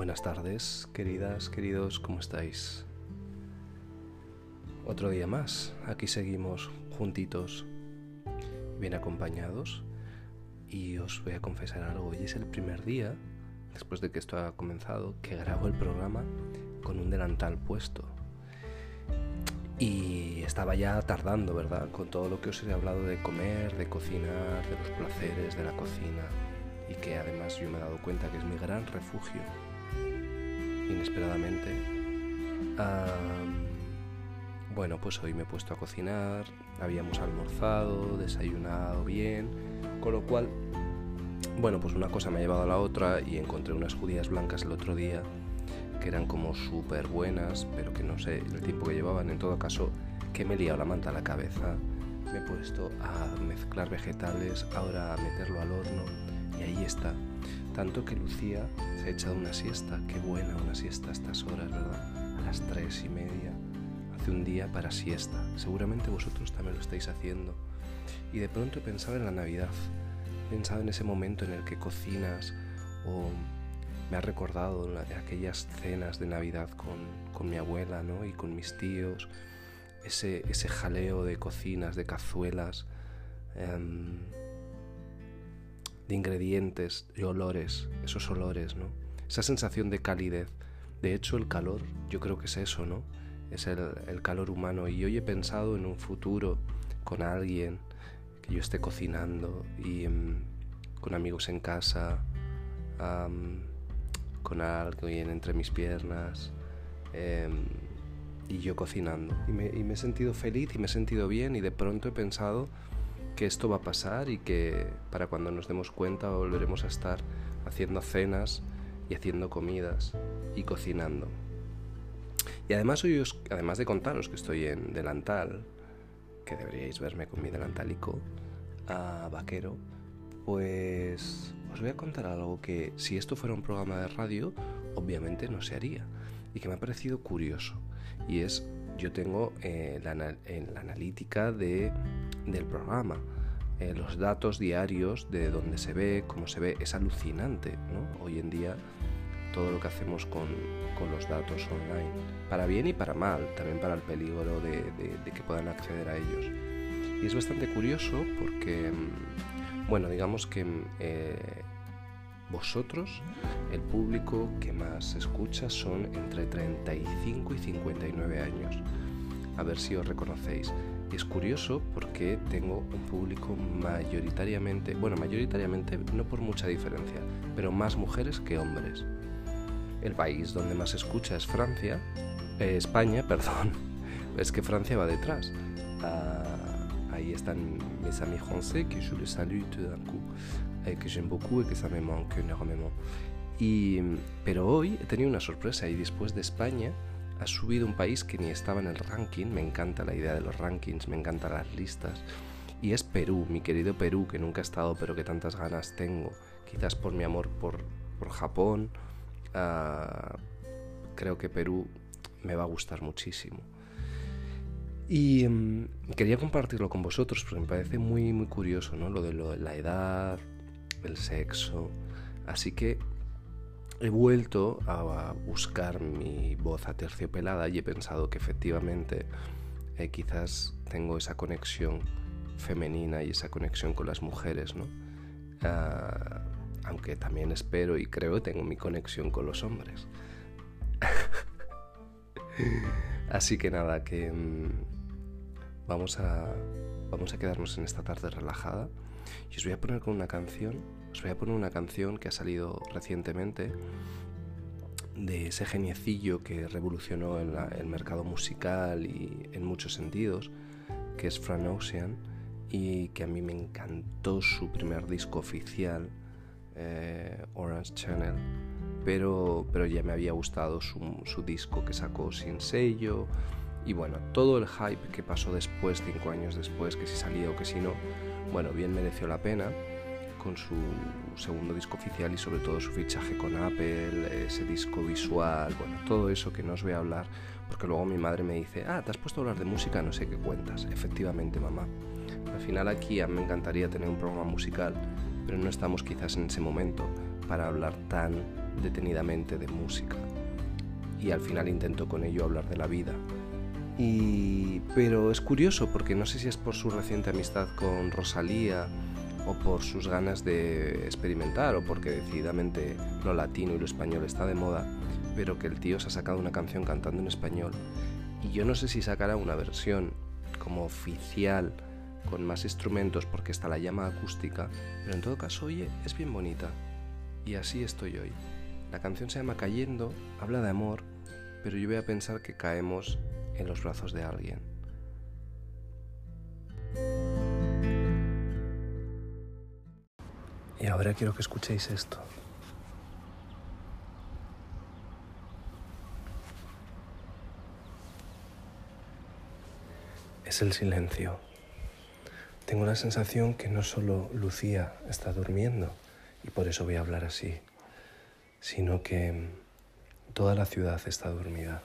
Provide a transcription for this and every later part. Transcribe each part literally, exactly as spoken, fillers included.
Buenas tardes, queridas, queridos, ¿cómo estáis? Otro día más, aquí seguimos juntitos, bien acompañados, y os voy a confesar algo. Hoy es el primer día, después de que esto ha comenzado, que grabo el programa con un delantal puesto. Y estaba ya tardando, ¿verdad? Con todo lo que os he hablado de comer, de cocinar, de los placeres de la cocina, y que además yo me he dado cuenta que es mi gran refugio. Inesperadamente, um, bueno, pues hoy me he puesto a cocinar, habíamos almorzado, desayunado bien, con lo cual, bueno, pues una cosa me ha llevado a la otra y encontré unas judías blancas el otro día que eran como súper buenas, pero que no sé el tiempo que llevaban. En todo caso, que me he liado la manta a la cabeza, me he puesto a mezclar vegetales, ahora a meterlo al horno y ahí está. Tanto que Lucía se ha echado una siesta. Qué buena una siesta a estas horas, ¿verdad? A las tres y media. Hace un día para siesta. Seguramente vosotros también lo estáis haciendo. Y de pronto he pensado en la Navidad. He pensado en ese momento en el que cocinas, o me ha recordado de aquellas cenas de Navidad con, con mi abuela, ¿no? Y con mis tíos. Ese, ese jaleo de cocinas, de cazuelas, um, de ingredientes, de olores, esos olores, ¿no? Esa sensación de calidez. De hecho, el calor, yo creo que es eso, ¿no? Es el, el calor humano. Y hoy he pensado en un futuro con alguien, que yo esté cocinando y um, con amigos en casa, um, con alguien entre mis piernas, um, y yo cocinando. Y me, y me he sentido feliz y me he sentido bien, y de pronto he pensado que esto va a pasar y que para cuando nos demos cuenta volveremos a estar haciendo cenas y haciendo comidas y cocinando. Y además hoy os, además de contaros que estoy en delantal, que deberíais verme con mi delantalico uh, vaquero, pues os voy a contar algo que, si esto fuera un programa de radio, obviamente no se haría, y que me ha parecido curioso. Y es, yo tengo eh, la, en la analítica de, del programa, eh, los datos diarios de dónde se ve, cómo se ve. Es alucinante, ¿no? Hoy en día todo lo que hacemos con, con los datos online, para bien y para mal, también para el peligro de, de, de que puedan acceder a ellos. Y es bastante curioso porque, bueno, digamos que eh, vosotros, el público que más escucha, son entre treinta y cinco y cincuenta y nueve años. A ver si os reconocéis. Y es curioso porque tengo un público mayoritariamente, bueno, mayoritariamente no por mucha diferencia, pero más mujeres que hombres. El país donde más se escucha es Francia, eh, España, perdón. Es que Francia va detrás. Uh, ahí están mes amis français, que je les salue tout d'un coup, eh, que j'aime beaucoup et que ça me manque énormément. Y, pero hoy he tenido una sorpresa, y después de España ha subido un país que ni estaba en el ranking. Me encanta la idea de los rankings, me encantan las listas, y es Perú, mi querido Perú, que nunca he estado pero que tantas ganas tengo, quizás por mi amor por, por Japón. Uh, creo que Perú me va a gustar muchísimo, y um, quería compartirlo con vosotros porque me parece muy, muy curioso, ¿no? Lo de lo, la edad, el sexo. Así que he vuelto a buscar mi voz aterciopelada y he pensado que efectivamente eh, quizás tengo esa conexión femenina y esa conexión con las mujeres, ¿no? Uh, aunque también espero y creo que tengo mi conexión con los hombres. Así que nada, que mmm, vamos a vamos a quedarnos en esta tarde relajada, y os voy a poner con una canción. Os voy a poner una canción que ha salido recientemente de ese geniecillo que revolucionó el, el mercado musical y en muchos sentidos, que es Frank Ocean, y que a mí me encantó su primer disco oficial, eh, Orange Channel, pero, pero ya me había gustado su, su disco que sacó sin sello, y bueno, todo el hype que pasó después, cinco años después, que si salía o que si no, bueno, bien mereció la pena con su segundo disco oficial, y sobre todo su fichaje con Apple, ese disco visual, bueno, todo eso que no os voy a hablar, porque luego mi madre me dice, ah, ¿te has puesto a hablar de música? No sé qué cuentas. Efectivamente, mamá. Al final aquí me encantaría tener un programa musical, pero no estamos quizás en ese momento para hablar tan detenidamente de música y al final intento con ello hablar de la vida. Y... pero es curioso porque no sé si es por su reciente amistad con Rosalía o por sus ganas de experimentar o porque decididamente lo latino y lo español está de moda, pero que el tío se ha sacado una canción cantando en español y yo no sé si sacará una versión como oficial con más instrumentos porque está la llama acústica, pero en todo caso, oye, es bien bonita y así estoy hoy. La canción se llama Cayendo, habla de amor, pero yo voy a pensar que caemos en los brazos de alguien. Y ahora quiero que escuchéis esto. Es el silencio. Tengo la sensación que no solo Lucía está durmiendo, y por eso voy a hablar así, sino que toda la ciudad está dormida.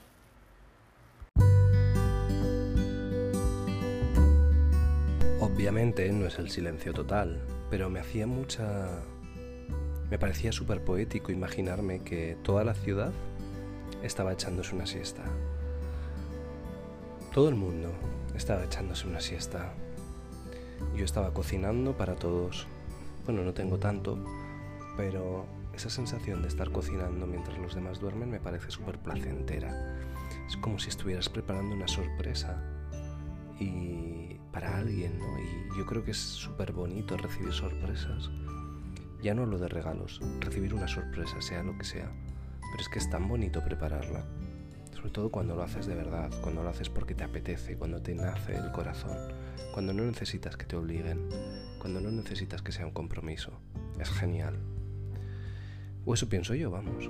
Obviamente no es el silencio total, pero me hacía mucha... me parecía súper poético imaginarme que toda la ciudad estaba echándose una siesta. Todo el mundo estaba echándose una siesta. Yo estaba cocinando para todos. Bueno, no tengo tanto, pero esa sensación de estar cocinando mientras los demás duermen me parece súper placentera. Es como si estuvieras preparando una sorpresa y para alguien, ¿no? Y yo creo que es súper bonito recibir sorpresas. Ya no hablo de regalos, recibir una sorpresa, sea lo que sea, pero es que es tan bonito prepararla. Sobre todo cuando lo haces de verdad, cuando lo haces porque te apetece, cuando te nace el corazón, cuando no necesitas que te obliguen, cuando no necesitas que sea un compromiso. Es genial. O eso pienso yo, vamos.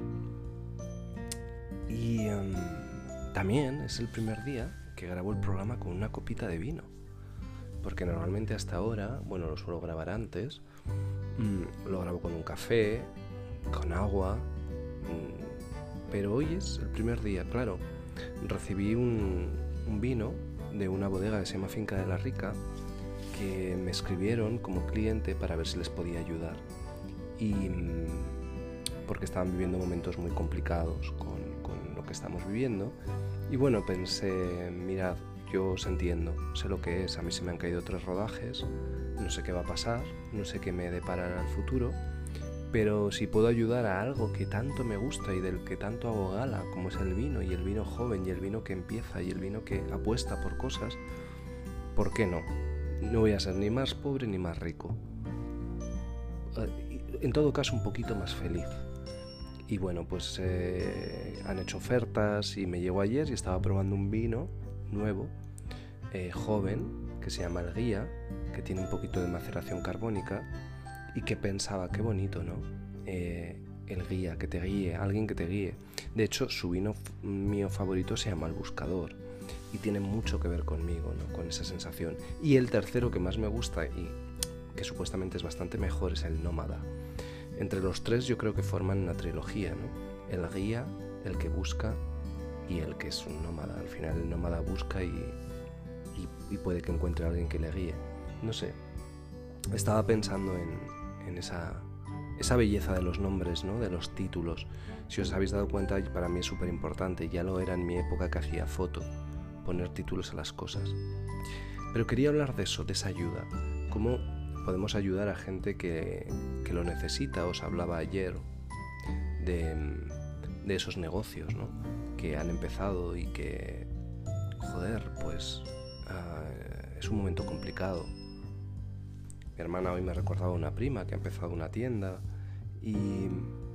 Y um, también es el primer día que grabo el programa con una copita de vino. Porque normalmente hasta ahora, bueno, lo suelo grabar antes, mmm, lo grabo con un café, con agua, mmm, pero hoy es el primer día, claro. Recibí un, un vino de una bodega que se llama Finca de la Rica, que me escribieron como cliente para ver si les podía ayudar. Y porque estaban viviendo momentos muy complicados con, con lo que estamos viviendo. Y bueno, pensé, mirad, yo os entiendo, sé lo que es, a mí se me han caído tres rodajes, no sé qué va a pasar, no sé qué me deparará el futuro, pero si puedo ayudar a algo que tanto me gusta y del que tanto hago gala, como es el vino, y el vino joven, y el vino que empieza, y el vino que apuesta por cosas, ¿por qué no? No voy a ser ni más pobre ni más rico. En todo caso, un poquito más feliz. Y bueno, pues eh, han hecho ofertas y me llegó ayer y estaba probando un vino nuevo, eh, joven, que se llama El Guía, que tiene un poquito de maceración carbónica y que pensaba, qué bonito, ¿no? Eh, el guía, que te guíe, alguien que te guíe. De hecho, su vino f- mío favorito se llama El Buscador y tiene mucho que ver conmigo, ¿no? Con esa sensación. Y el tercero que más me gusta y que supuestamente es bastante mejor es el Nómada. Entre los tres yo creo que forman una trilogía, ¿no? El guía, el que busca y el que es un nómada. Al final el nómada busca y, y, y puede que encuentre a alguien que le guíe. No sé, estaba pensando en, en esa, esa belleza de los nombres, ¿no? De los títulos. Si os habéis dado cuenta, para mí es súper importante, ya lo era en mi época que hacía foto, poner títulos a las cosas. Pero quería hablar de eso, de esa ayuda. Cómo podemos ayudar a gente que, que lo necesita. Os hablaba ayer de, de esos negocios, ¿no? Que han empezado y que, joder, pues uh, es un momento complicado. Mi hermana hoy me recordaba una prima que ha empezado una tienda y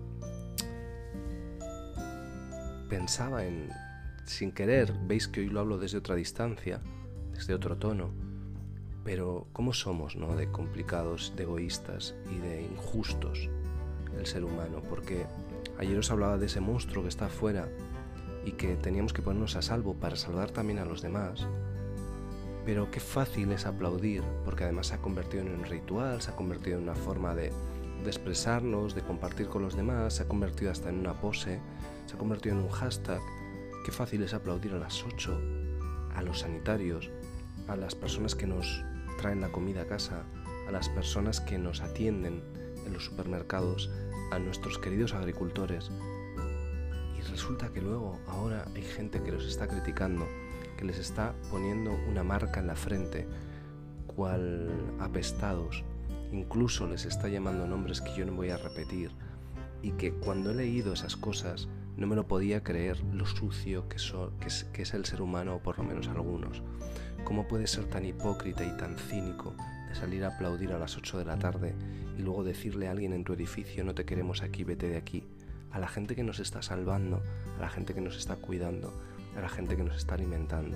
pensaba en, sin querer, veis que hoy lo hablo desde otra distancia, desde otro tono, pero ¿cómo somos, no? De complicados, de egoístas y de injustos el ser humano? Porque ayer os hablaba de ese monstruo que está afuera y que teníamos que ponernos a salvo para salvar también a los demás. Pero qué fácil es aplaudir, porque además se ha convertido en un ritual, se ha convertido en una forma de, de expresarnos, de compartir con los demás, se ha convertido hasta en una pose, se ha convertido en un hashtag. Qué fácil es aplaudir a las ocho, a los sanitarios, a las personas que nos traen la comida a casa, a las personas que nos atienden en los supermercados a nuestros queridos agricultores. Y resulta que luego ahora hay gente que los está criticando, que les está poniendo una marca en la frente, cual apestados. Incluso les está llamando nombres que yo no voy a repetir. Y que cuando he leído esas cosas no me lo podía creer lo sucio que, so, que, es, que es el ser humano, o por lo menos algunos. ¿Cómo puede ser tan hipócrita y tan cínico de salir a aplaudir a las ocho de la tarde y luego decirle a alguien en tu edificio: no te queremos aquí, vete de aquí? A la gente que nos está salvando, a la gente que nos está cuidando, a la gente que nos está alimentando.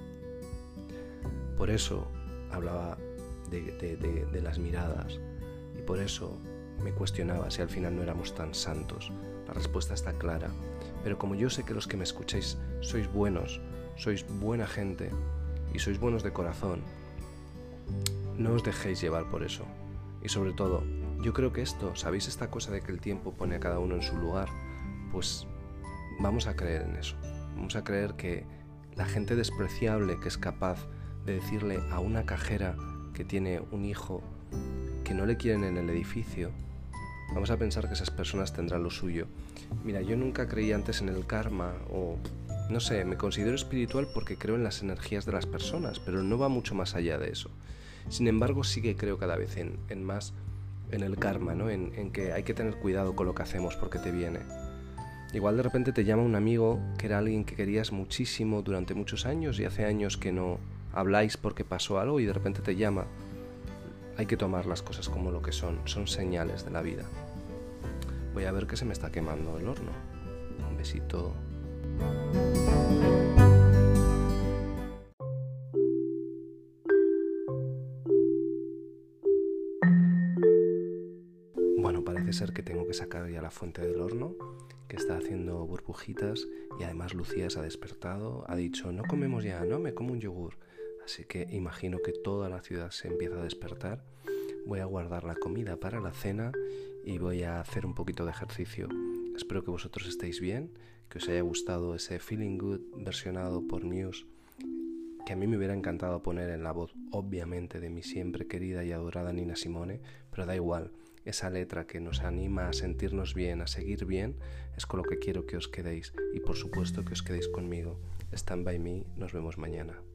Por eso hablaba de, de, de, de las miradas, y por eso me cuestionaba si al final no éramos tan santos. La respuesta está clara, pero como yo sé que los que me escucháis sois buenos, sois buena gente y sois buenos de corazón, no os dejéis llevar por eso. Y sobre todo, yo creo que esto, ¿sabéis esta cosa de que el tiempo pone a cada uno en su lugar? Pues vamos a creer en eso. Vamos a creer que la gente despreciable que es capaz de decirle a una cajera que tiene un hijo que no le quieren en el edificio, vamos a pensar que esas personas tendrán lo suyo. Mira, yo nunca creí antes en el karma, o no sé, me considero espiritual porque creo en las energías de las personas, pero no va mucho más allá de eso. Sin embargo, sí que creo cada vez en, en más en el karma, ¿no? En, en que hay que tener cuidado con lo que hacemos porque te viene. Igual de repente te llama un amigo que era alguien que querías muchísimo durante muchos años y hace años que no habláis porque pasó algo y de repente te llama. Hay que tomar las cosas como lo que son, son señales de la vida. Voy a ver que se me está quemando el horno. Un besito. Bueno, parece ser que tengo que sacar ya la fuente del horno, que está haciendo burbujitas, y además Lucía se ha despertado, ha dicho: no comemos ya, no, me como un yogur. Así que imagino que toda la ciudad se empieza a despertar. Voy a guardar la comida para la cena y voy a hacer un poquito de ejercicio. Espero que vosotros estéis bien, que os haya gustado ese Feeling Good versionado por Muse, que a mí me hubiera encantado poner en la voz, obviamente, de mi siempre querida y adorada Nina Simone, pero da igual. Esa letra que nos anima a sentirnos bien, a seguir bien, es con lo que quiero que os quedéis, y por supuesto que os quedéis conmigo. Stand by me, nos vemos mañana.